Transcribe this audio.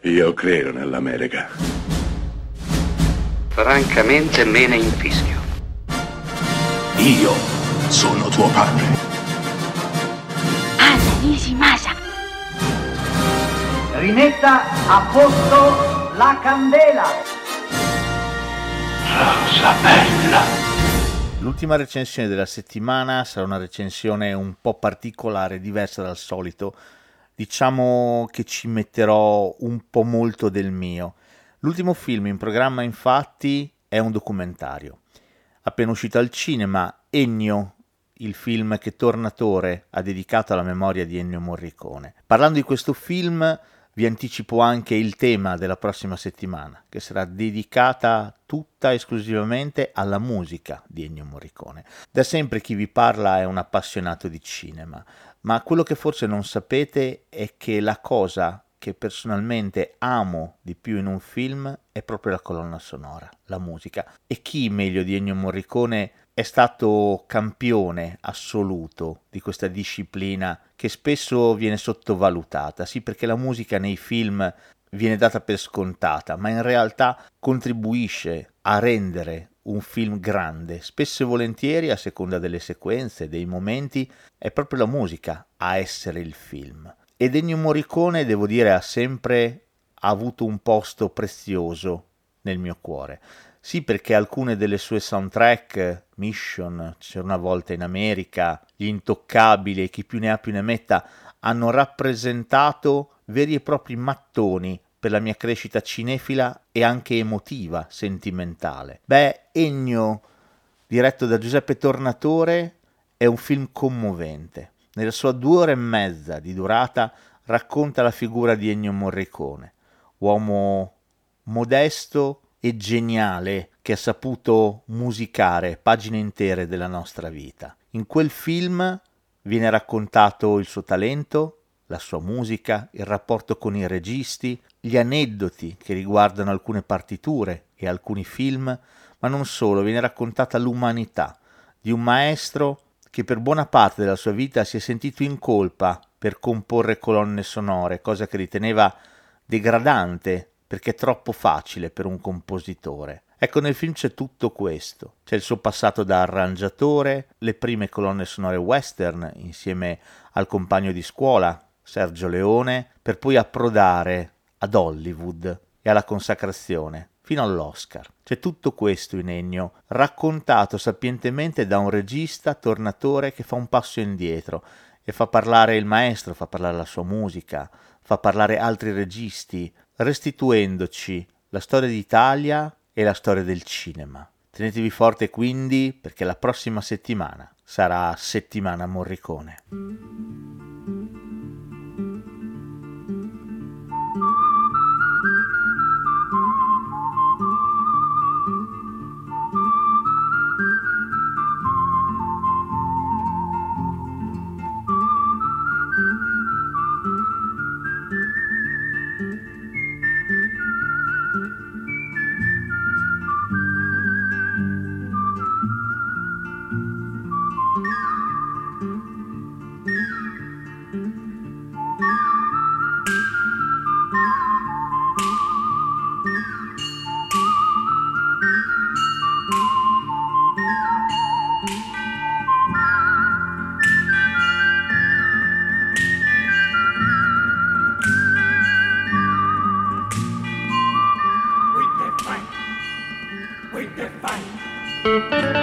Io credo nell'America. Francamente me ne infischio. Io sono tuo padre. Anna Nishimasa. Rimetta a posto la candela. Rosa bella. L'ultima recensione della settimana sarà una recensione un po' particolare, diversa dal solito. Diciamo che ci metterò un po' molto del mio. L'ultimo film in programma, infatti, è un documentario. Appena uscito al cinema, Ennio, il film che Tornatore ha dedicato alla memoria di Ennio Morricone. Parlando di questo film, vi anticipo anche il tema della prossima settimana, che sarà dedicata tutta esclusivamente alla musica di Ennio Morricone. Da sempre chi vi parla è un appassionato di cinema, ma quello che forse non sapete è che la cosa che personalmente amo di più in un film è proprio la colonna sonora, la musica. E chi meglio di Ennio Morricone è stato campione assoluto di questa disciplina che spesso viene sottovalutata, sì, perché la musica nei film viene data per scontata, ma in realtà contribuisce a rendere un film grande. Spesso e volentieri, a seconda delle sequenze, dei momenti, è proprio la musica a essere il film. Ed Ennio Morricone, devo dire, ha sempre avuto un posto prezioso nel mio cuore. Sì, perché alcune delle sue soundtrack, Mission, C'era una volta in America, Gli Intoccabili e Chi più ne ha più ne metta, hanno rappresentato veri e propri mattoni per la mia crescita cinefila e anche emotiva, sentimentale. Ennio, diretto da Giuseppe Tornatore, è un film commovente. Nella sua 2 ore e mezza di durata racconta la figura di Ennio Morricone, uomo modesto e geniale che ha saputo musicare pagine intere della nostra vita. In quel film viene raccontato il suo talento, la sua musica, il rapporto con i registi, gli aneddoti che riguardano alcune partiture e alcuni film, ma non solo, viene raccontata l'umanità di un maestro che per buona parte della sua vita si è sentito in colpa per comporre colonne sonore, cosa che riteneva degradante perché è troppo facile per un compositore. Ecco, nel film c'è tutto questo. C'è il suo passato da arrangiatore, le prime colonne sonore western insieme al compagno di scuola, Sergio Leone, per poi approdare ad Hollywood e alla consacrazione, fino all'Oscar. C'è tutto questo in Ennio, raccontato sapientemente da un regista, Tornatore, che fa un passo indietro e fa parlare il maestro, fa parlare la sua musica, fa parlare altri registi, restituendoci la storia d'Italia e la storia del cinema. Tenetevi forte quindi, perché la prossima settimana sarà settimana Morricone. With the fight.